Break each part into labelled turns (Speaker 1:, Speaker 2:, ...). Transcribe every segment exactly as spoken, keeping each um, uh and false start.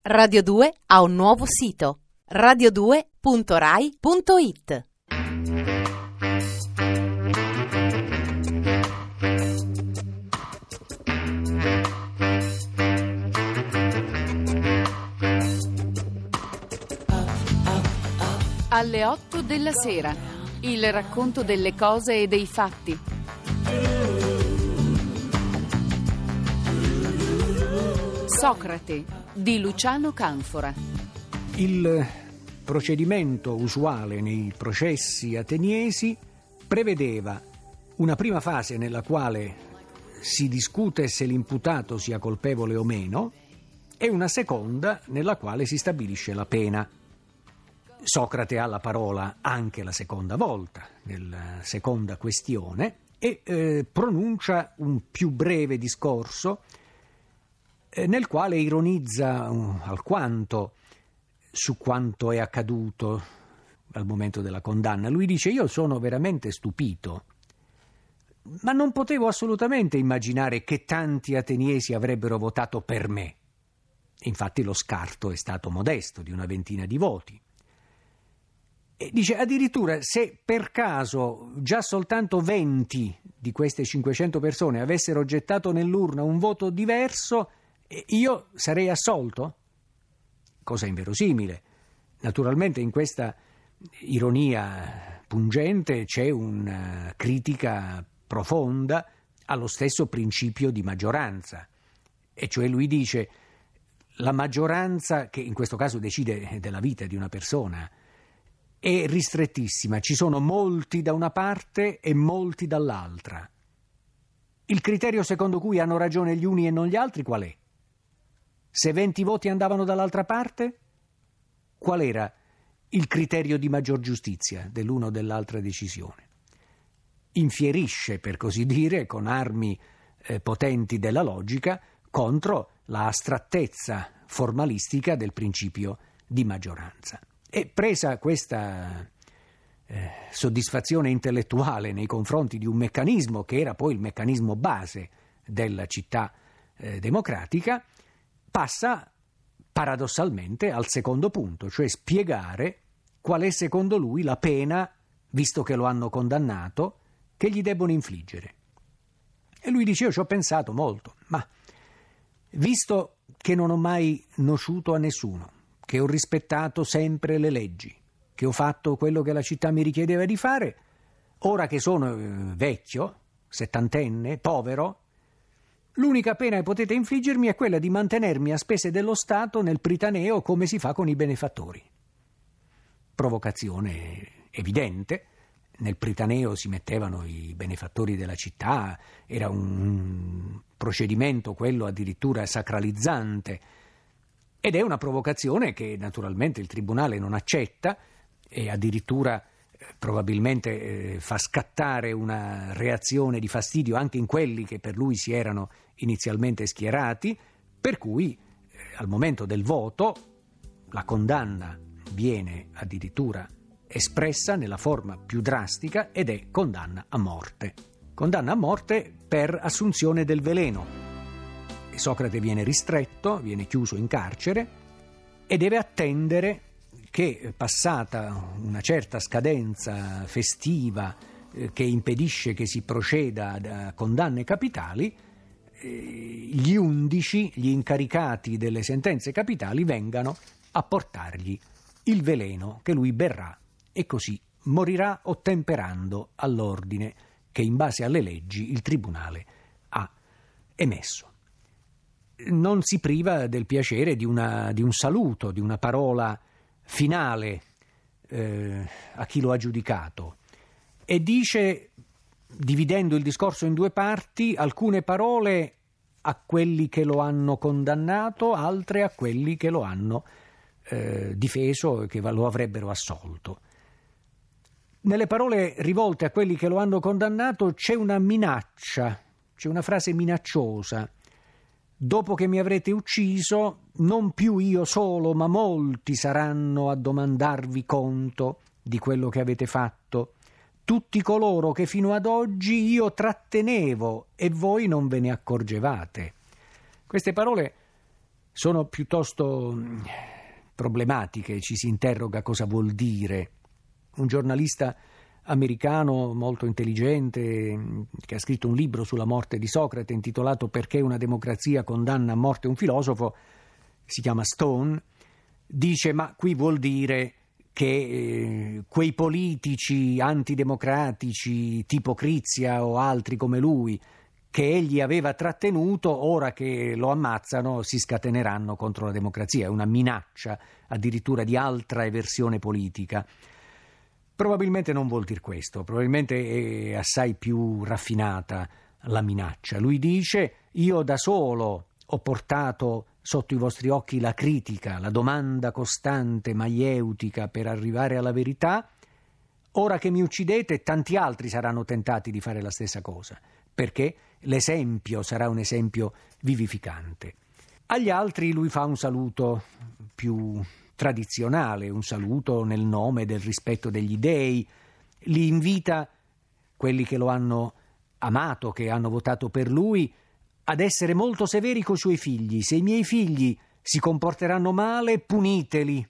Speaker 1: Radio due ha un nuovo sito: radio due punto rai punto it.
Speaker 2: Alle otto della sera, il racconto delle cose e dei fatti. Socrate di Luciano Canfora.
Speaker 3: Il procedimento usuale nei processi ateniesi prevedeva una prima fase nella quale si discute se l'imputato sia colpevole o meno e una seconda nella quale si stabilisce la pena. Socrate ha la parola anche la seconda volta, nella seconda questione, e eh, pronuncia un più breve discorso eh, nel quale ironizza um, alquanto su quanto è accaduto al momento della condanna. Lui dice: io sono veramente stupito, ma non potevo assolutamente immaginare che tanti ateniesi avrebbero votato per me. Infatti lo scarto è stato modesto, di una ventina di voti. E dice addirittura: se per caso già soltanto venti di queste cinquecento persone avessero gettato nell'urna un voto diverso, io sarei assolto? Cosa inverosimile. Naturalmente in questa ironia pungente c'è una critica profonda allo stesso principio di maggioranza. E cioè lui dice: la maggioranza, che in questo caso decide della vita di una persona, è ristrettissima, ci sono molti da una parte e molti dall'altra. Il criterio secondo cui hanno ragione gli uni e non gli altri qual è? Se venti voti andavano dall'altra parte, qual era il criterio di maggior giustizia dell'uno o dell'altra decisione? Infierisce, per così dire, con armi eh, potenti della logica contro la astrattezza formalistica del principio di maggioranza. E presa questa eh, soddisfazione intellettuale nei confronti di un meccanismo che era poi il meccanismo base della città eh, democratica, passa paradossalmente al secondo punto, cioè spiegare qual è secondo lui la pena, visto che lo hanno condannato, che gli debbono infliggere. E lui dice: io ci ho pensato molto, ma visto che non ho mai nociuto a nessuno, che ho rispettato sempre le leggi, che ho fatto quello che la città mi richiedeva di fare, ora che sono eh, vecchio, settantenne, povero, l'unica pena che potete infliggermi è quella di mantenermi a spese dello Stato nel Pritaneo come si fa con i benefattori. Provocazione evidente. Nel Pritaneo si mettevano i benefattori della città, era un procedimento quello addirittura sacralizzante, ed è una provocazione che naturalmente il tribunale non accetta e addirittura eh, probabilmente eh, fa scattare una reazione di fastidio anche in quelli che per lui si erano inizialmente schierati, per cui eh, al momento del voto la condanna viene addirittura espressa nella forma più drastica ed è condanna a morte. Condanna a morte per assunzione del veleno. Socrate viene ristretto, viene chiuso in carcere e deve attendere che, passata una certa scadenza festiva eh, che impedisce che si proceda a condanne capitali, eh, gli undici, gli incaricati delle sentenze capitali, vengano a portargli il veleno che lui berrà e così morirà ottemperando all'ordine che in base alle leggi il tribunale ha emesso. Non si priva del piacere di, una, di un saluto, di una parola finale eh, a chi lo ha giudicato, e dice, dividendo il discorso in due parti, alcune parole a quelli che lo hanno condannato, altre a quelli che lo hanno eh, difeso e che lo avrebbero assolto. Nelle parole rivolte a quelli che lo hanno condannato c'è una minaccia, c'è una frase minacciosa. Dopo che mi avrete ucciso, non più io solo, ma molti saranno a domandarvi conto di quello che avete fatto. Tutti coloro che fino ad oggi io trattenevo e voi non ve ne accorgevate. Queste parole sono piuttosto problematiche, ci si interroga cosa vuol dire. Un giornalista americano molto intelligente che ha scritto un libro sulla morte di Socrate intitolato Perché una democrazia condanna a morte un filosofo, si chiama Stone, dice ma qui vuol dire che eh, quei politici antidemocratici tipo Crizia o altri come lui che egli aveva trattenuto, ora che lo ammazzano si scateneranno contro la democrazia. È una minaccia addirittura di altra eversione politica. Probabilmente non vuol dire questo, probabilmente è assai più raffinata la minaccia. Lui dice: io da solo ho portato sotto i vostri occhi la critica, la domanda costante, maieutica per arrivare alla verità. Ora che mi uccidete, tanti altri saranno tentati di fare la stessa cosa, perché l'esempio sarà un esempio vivificante. Agli altri lui fa un saluto più tradizionale, un saluto nel nome del rispetto degli dei, li invita, quelli che lo hanno amato, che hanno votato per lui, ad essere molto severi coi suoi figli. Se i miei figli si comporteranno male, puniteli.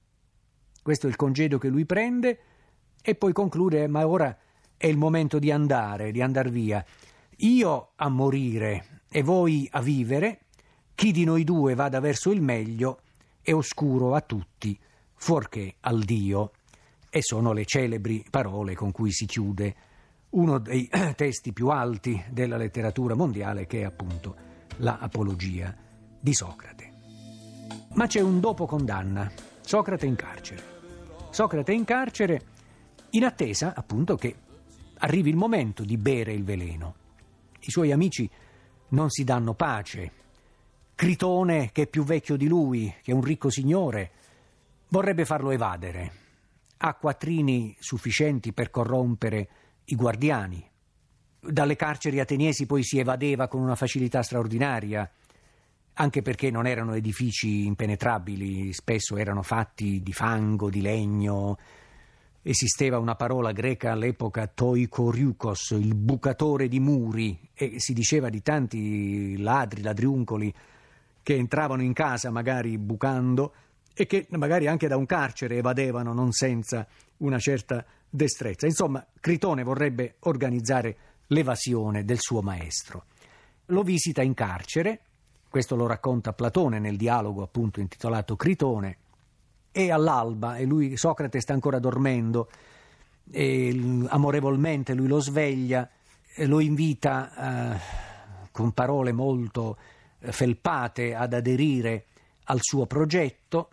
Speaker 3: Questo è il congedo che lui prende e poi conclude: ma ora è il momento di andare, di andar via. Io a morire e voi a vivere, chi di noi due vada verso il meglio è oscuro a tutti, fuorché al Dio. E sono le celebri parole con cui si chiude uno dei testi più alti della letteratura mondiale, che è appunto la Apologia di Socrate. Ma c'è un dopo condanna: Socrate in carcere. Socrate in carcere in attesa appunto che arrivi il momento di bere il veleno. I suoi amici non si danno pace. Critone, che è più vecchio di lui, che è un ricco signore, vorrebbe farlo evadere. Ha quattrini sufficienti per corrompere i guardiani. Dalle carceri ateniesi poi si evadeva con una facilità straordinaria, anche perché non erano edifici impenetrabili, spesso erano fatti di fango, di legno. Esisteva una parola greca all'epoca, toikoriukos, il bucatore di muri, e si diceva di tanti ladri, ladriuncoli che entravano in casa magari bucando e che magari anche da un carcere evadevano non senza una certa destrezza. Insomma, Critone vorrebbe organizzare l'evasione del suo maestro. Lo visita in carcere, questo lo racconta Platone nel dialogo appunto intitolato Critone, e all'alba, e lui, Socrate sta ancora dormendo, e amorevolmente lui lo sveglia, e lo invita eh, con parole molto felpate ad aderire al suo progetto.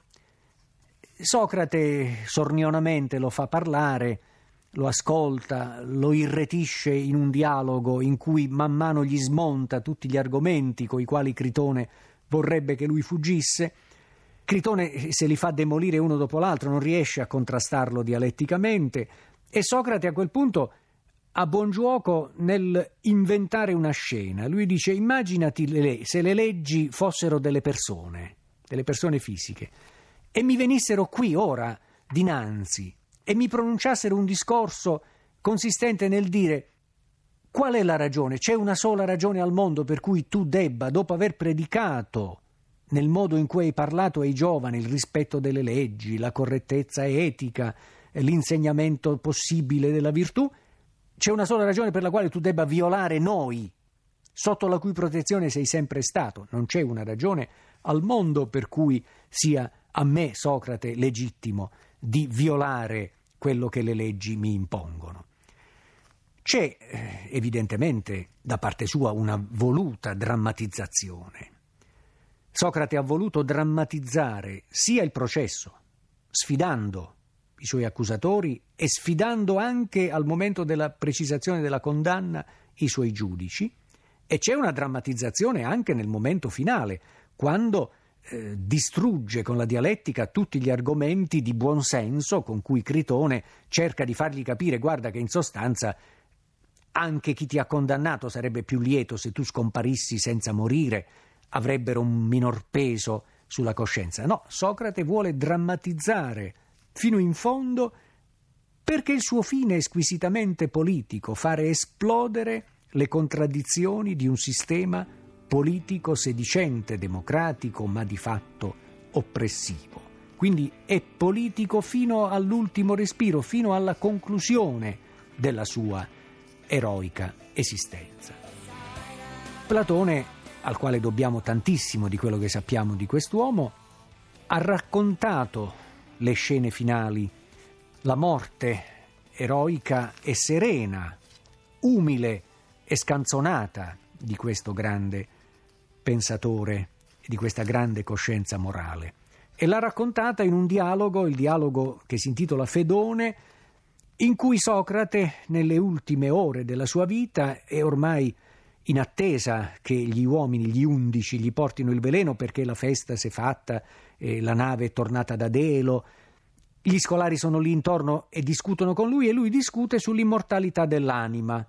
Speaker 3: Socrate sornionamente lo fa parlare, lo ascolta, lo irretisce in un dialogo in cui man mano gli smonta tutti gli argomenti coi quali Critone vorrebbe che lui fuggisse. Critone se li fa demolire uno dopo l'altro, non riesce a contrastarlo dialetticamente, e Socrate a quel punto ha buon giuoco nel inventare una scena. Lui dice: immaginati le, se le leggi fossero delle persone, delle persone fisiche, e mi venissero qui ora dinanzi e mi pronunciassero un discorso consistente nel dire: qual è la ragione? C'è una sola ragione al mondo per cui tu debba, dopo aver predicato nel modo in cui hai parlato ai giovani il rispetto delle leggi, la correttezza etica, l'insegnamento possibile della virtù, c'è una sola ragione per la quale tu debba violare noi, sotto la cui protezione sei sempre stato. Non c'è una ragione al mondo per cui sia a me, Socrate, legittimo di violare quello che le leggi mi impongono. C'è eh, evidentemente da parte sua una voluta drammatizzazione. Socrate ha voluto drammatizzare sia il processo, sfidando i suoi accusatori e sfidando anche al momento della precisazione della condanna i suoi giudici, e c'è una drammatizzazione anche nel momento finale, quando eh, distrugge con la dialettica tutti gli argomenti di buon senso con cui Critone cerca di fargli capire: guarda che in sostanza anche chi ti ha condannato sarebbe più lieto se tu scomparissi senza morire, avrebbero un minor peso sulla coscienza. No, Socrate vuole drammatizzare fino in fondo, perché il suo fine è squisitamente politico: fare esplodere le contraddizioni di un sistema politico, sedicente, democratico, ma di fatto oppressivo. Quindi è politico fino all'ultimo respiro, fino alla conclusione della sua eroica esistenza. Platone, al quale dobbiamo tantissimo di quello che sappiamo di quest'uomo, ha raccontato le scene finali, la morte eroica e serena, umile e scanzonata di questo grande pensatore, di questa grande coscienza morale. E l'ha raccontata in un dialogo, il dialogo che si intitola Fedone, in cui Socrate, nelle ultime ore della sua vita, è ormai in attesa che gli uomini, gli undici, gli portino il veleno perché la festa si è fatta, e la nave è tornata da Delo, gli scolari sono lì intorno e discutono con lui e lui discute sull'immortalità dell'anima,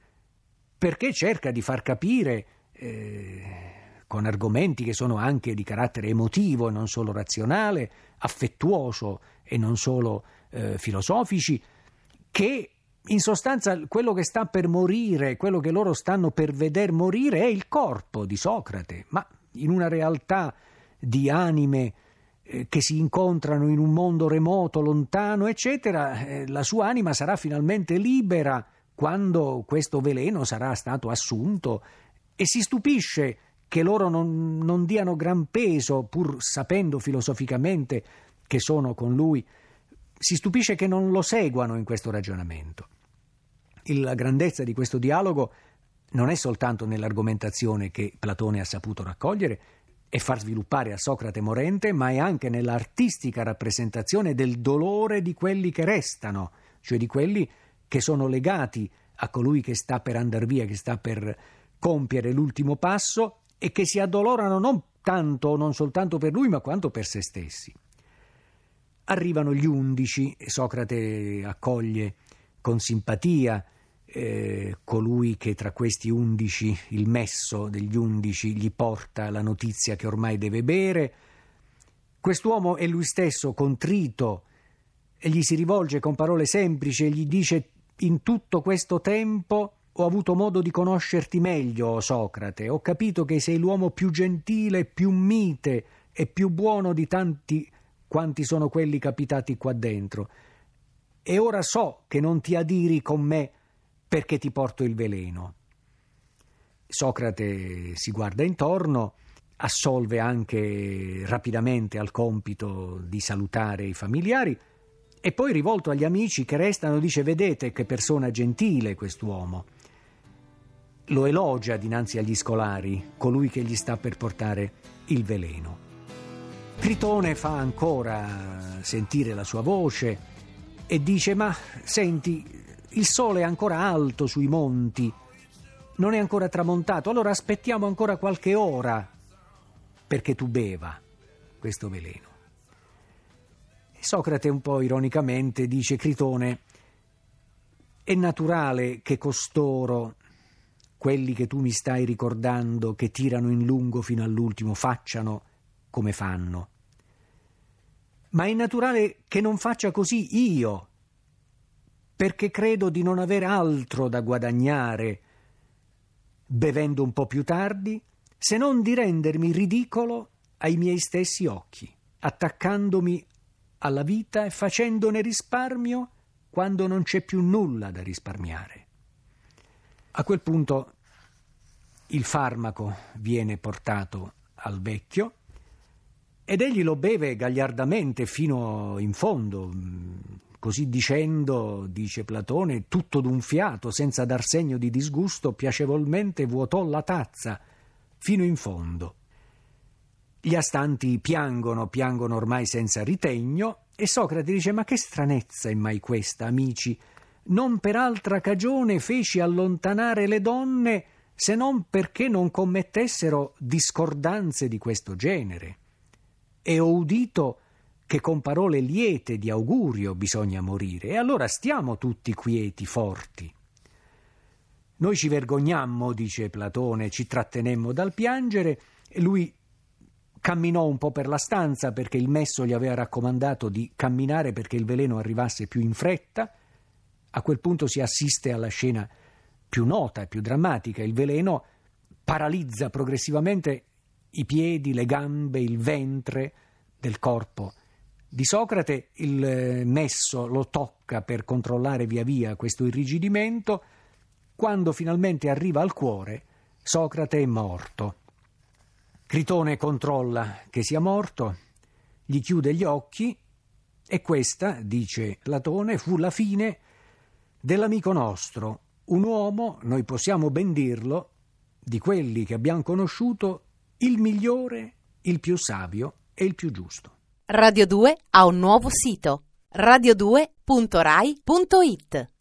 Speaker 3: perché cerca di far capire eh, con argomenti che sono anche di carattere emotivo e non solo razionale, affettuoso e non solo eh, filosofici, che in sostanza quello che sta per morire, quello che loro stanno per veder morire è il corpo di Socrate, ma in una realtà di anime eh, che si incontrano in un mondo remoto, lontano, eccetera, eh, la sua anima sarà finalmente libera quando questo veleno sarà stato assunto, e si stupisce che loro non, non diano gran peso, pur sapendo filosoficamente che sono con lui, si stupisce che non lo seguano in questo ragionamento. La grandezza di questo dialogo non è soltanto nell'argomentazione che Platone ha saputo raccogliere e far sviluppare a Socrate morente, ma è anche nell'artistica rappresentazione del dolore di quelli che restano, cioè di quelli che sono legati a colui che sta per andar via, che sta per compiere l'ultimo passo, e che si addolorano non tanto, non soltanto per lui, ma quanto per se stessi. Arrivano gli undici e Socrate accoglie con simpatia eh, colui che tra questi undici, il messo degli undici, gli porta la notizia che ormai deve bere. Quest'uomo è lui stesso contrito e gli si rivolge con parole semplici e gli dice: in tutto questo tempo ho avuto modo di conoscerti meglio, o Socrate, ho capito che sei l'uomo più gentile, più mite e più buono di tanti quanti sono quelli capitati qua dentro, e ora so che non ti adiri con me perché ti porto il veleno. Socrate si guarda intorno, assolve anche rapidamente al compito di salutare i familiari e poi, rivolto agli amici che restano, dice: vedete che persona gentile quest'uomo. Lo elogia dinanzi agli scolari, colui che gli sta per portare il veleno. Critone fa ancora sentire la sua voce e dice: ma senti, il sole è ancora alto sui monti, non è ancora tramontato, allora aspettiamo ancora qualche ora perché tu beva questo veleno. E Socrate, un po' ironicamente, dice: Critone, è naturale che costoro, quelli che tu mi stai ricordando, che tirano in lungo fino all'ultimo, facciano come fanno. Ma è naturale che non faccia così io, perché credo di non aver altro da guadagnare bevendo un po' più tardi, se non di rendermi ridicolo ai miei stessi occhi, attaccandomi alla vita e facendone risparmio quando non c'è più nulla da risparmiare. A quel punto il farmaco viene portato al vecchio ed egli lo beve gagliardamente fino in fondo. Così dicendo, dice Platone, tutto d'un fiato, senza dar segno di disgusto, piacevolmente vuotò la tazza fino in fondo. Gli astanti piangono, piangono ormai senza ritegno, e Socrate dice: ma che stranezza è mai questa, amici? Non per altra cagione feci allontanare le donne, se non perché non commettessero discordanze di questo genere. E ho udito che con parole liete di augurio bisogna morire, e allora stiamo tutti quieti, forti. Noi ci vergognammo, dice Platone, ci trattenemmo dal piangere, e lui camminò un po' per la stanza perché il messo gli aveva raccomandato di camminare perché il veleno arrivasse più in fretta. A quel punto si assiste alla scena più nota e più drammatica. Il veleno paralizza progressivamente i piedi, le gambe, il ventre del corpo. Di Socrate il messo lo tocca per controllare via via questo irrigidimento. Quando finalmente arriva al cuore, Socrate è morto. Critone controlla che sia morto, gli chiude gli occhi e questa, dice Platone, fu la fine dell'amico nostro, un uomo, noi possiamo ben dirlo, di quelli che abbiamo conosciuto, il migliore, il più savio e il più giusto.
Speaker 1: Radio due ha un nuovo sito, radio due punto rai punto it.